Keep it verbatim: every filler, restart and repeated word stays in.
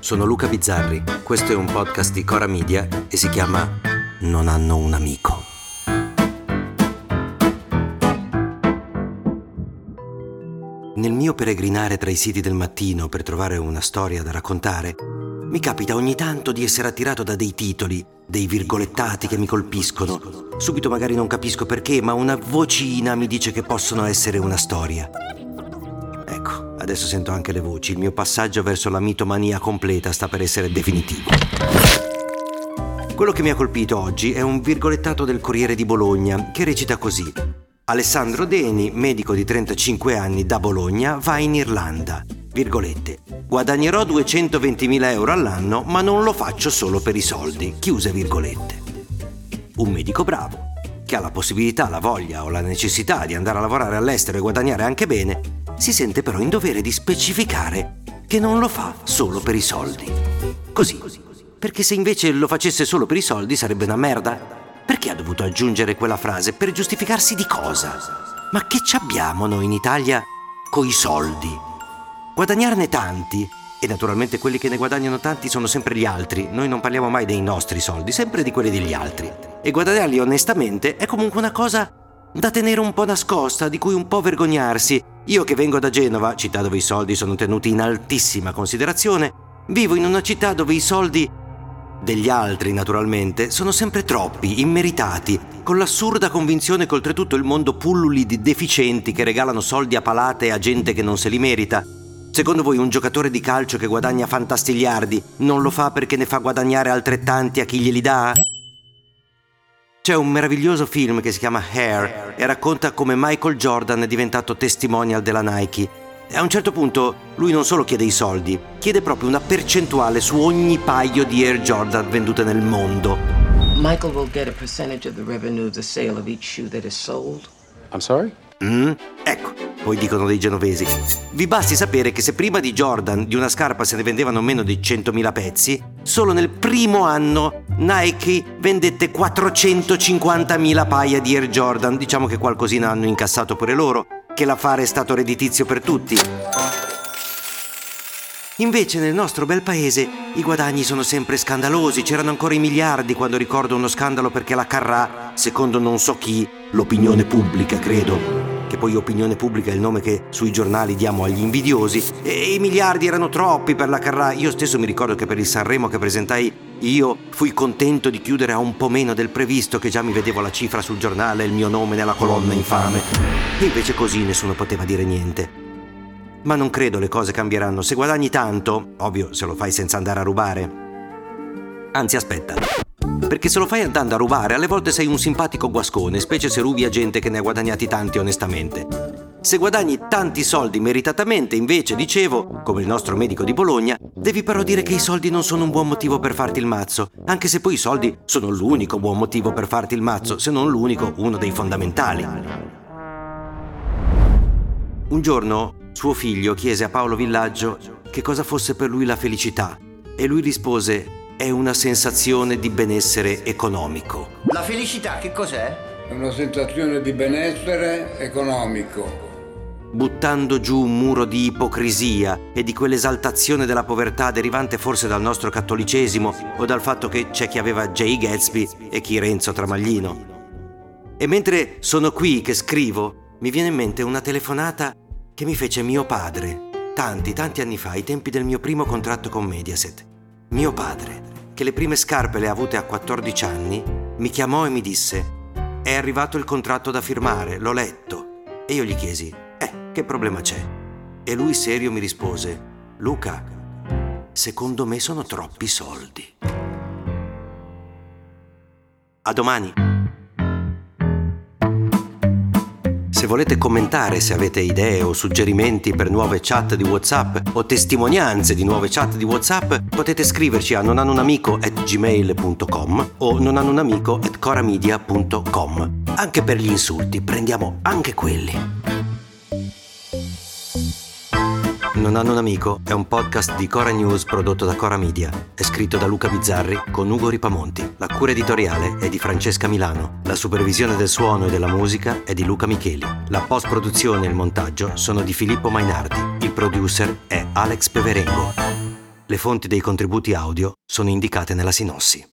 sono Luca Bizzarri, questo è un podcast di Cora Media e si chiama Non hanno un amico. Nel mio peregrinare tra i siti del mattino per trovare una storia da raccontare, mi capita ogni tanto di essere attirato da dei titoli, dei virgolettati che mi colpiscono. Subito magari non capisco perché, ma una vocina mi dice che possono essere una storia. Ecco, adesso sento anche le voci. Il mio passaggio verso la mitomania completa sta per essere definitivo. Quello che mi ha colpito oggi è un virgolettato del Corriere di Bologna che recita così: Alessandro Deni, medico di trentacinque anni da Bologna, va in Irlanda. Virgolette. Guadagnerò duecentoventimila euro all'anno, ma non lo faccio solo per i soldi. Chiuse virgolette. Un medico bravo, che ha la possibilità, la voglia o la necessità di andare a lavorare all'estero e guadagnare anche bene, si sente però in dovere di specificare che non lo fa solo per i soldi. Così, perché se invece lo facesse solo per i soldi sarebbe una merda? Perché ha dovuto aggiungere quella frase? Per giustificarsi di cosa? Ma che ci abbiamo noi in Italia coi soldi? Guadagnarne tanti, e naturalmente quelli che ne guadagnano tanti sono sempre gli altri, noi non parliamo mai dei nostri soldi, sempre di quelli degli altri. E guadagnarli onestamente è comunque una cosa da tenere un po' nascosta, di cui un po' vergognarsi. Io che vengo da Genova, città dove i soldi sono tenuti in altissima considerazione, vivo in una città dove i soldi degli altri, naturalmente, sono sempre troppi, immeritati, con l'assurda convinzione che oltretutto il mondo pulluli di deficienti che regalano soldi a palate a gente che non se li merita. Secondo voi un giocatore di calcio che guadagna fantastigliardi non lo fa perché ne fa guadagnare altrettanti a chi glieli dà? C'è un meraviglioso film che si chiama Hair e racconta come Michael Jordan è diventato testimonial della Nike. E a un certo punto lui non solo chiede i soldi, chiede proprio una percentuale su ogni paio di Air Jordan vendute nel mondo. Michael will get a percentage of the revenue of the sale of each shoe that is sold. I'm sorry? Mm? Ecco, poi dicono dei genovesi. Vi basti sapere che se prima di Jordan di una scarpa se ne vendevano meno di centomila pezzi, solo nel primo anno Nike vendette quattrocentocinquantamila paia di Air Jordan. Diciamo che qualcosina hanno incassato pure loro, che l'affare è stato redditizio per tutti. Invece nel nostro bel paese i guadagni sono sempre scandalosi. C'erano ancora i miliardi quando ricordo uno scandalo perché la Carrà, secondo non so chi, l'opinione pubblica credo, che poi opinione pubblica è il nome che sui giornali diamo agli invidiosi, e i miliardi erano troppi per la Carrà. Io stesso mi ricordo che per il Sanremo che presentai io fui contento di chiudere a un po' meno del previsto, che già mi vedevo la cifra sul giornale e il mio nome nella colonna infame. E invece così nessuno poteva dire niente. Ma non credo le cose cambieranno. Se guadagni tanto, ovvio, se lo fai senza andare a rubare. Anzi, aspetta. Perché se lo fai andando a rubare, alle volte sei un simpatico guascone, specie se rubi a gente che ne ha guadagnati tanti onestamente. Se guadagni tanti soldi meritatamente, invece, dicevo, come il nostro medico di Bologna, devi però dire che i soldi non sono un buon motivo per farti il mazzo, anche se poi i soldi sono l'unico buon motivo per farti il mazzo, se non l'unico, uno dei fondamentali. Un giorno suo figlio chiese a Paolo Villaggio che cosa fosse per lui la felicità e lui rispose: è una sensazione di benessere economico. La felicità che cos'è? È una sensazione di benessere economico. Buttando giù un muro di ipocrisia e di quell'esaltazione della povertà derivante forse dal nostro cattolicesimo o dal fatto che c'è chi aveva Jay Gatsby e chi Renzo Tramaglino. E mentre sono qui che scrivo, mi viene in mente una telefonata che mi fece mio padre, tanti, tanti anni fa, ai tempi del mio primo contratto con Mediaset. Mio padre, che le prime scarpe le ha avute a quattordici anni, mi chiamò e mi disse: è arrivato il contratto da firmare, l'ho letto. E io gli chiesi: eh, che problema c'è? E lui serio mi rispose: Luca, secondo me sono troppi soldi. A domani. Se volete commentare, se avete idee o suggerimenti per nuove chat di WhatsApp o testimonianze di nuove chat di WhatsApp, potete scriverci a nonhannounamico at gmail punto com o nonhannounamico at coramedia punto com. Anche per gli insulti, prendiamo anche quelli. Non hanno un amico è un podcast di Cora News prodotto da Cora Media. È scritto da Luca Bizzarri con Ugo Ripamonti. La cura editoriale è di Francesca Milano. La supervisione del suono e della musica è di Luca Micheli. La post-produzione e il montaggio sono di Filippo Mainardi. Il producer è Alex Peverengo. Le fonti dei contributi audio sono indicate nella sinossi.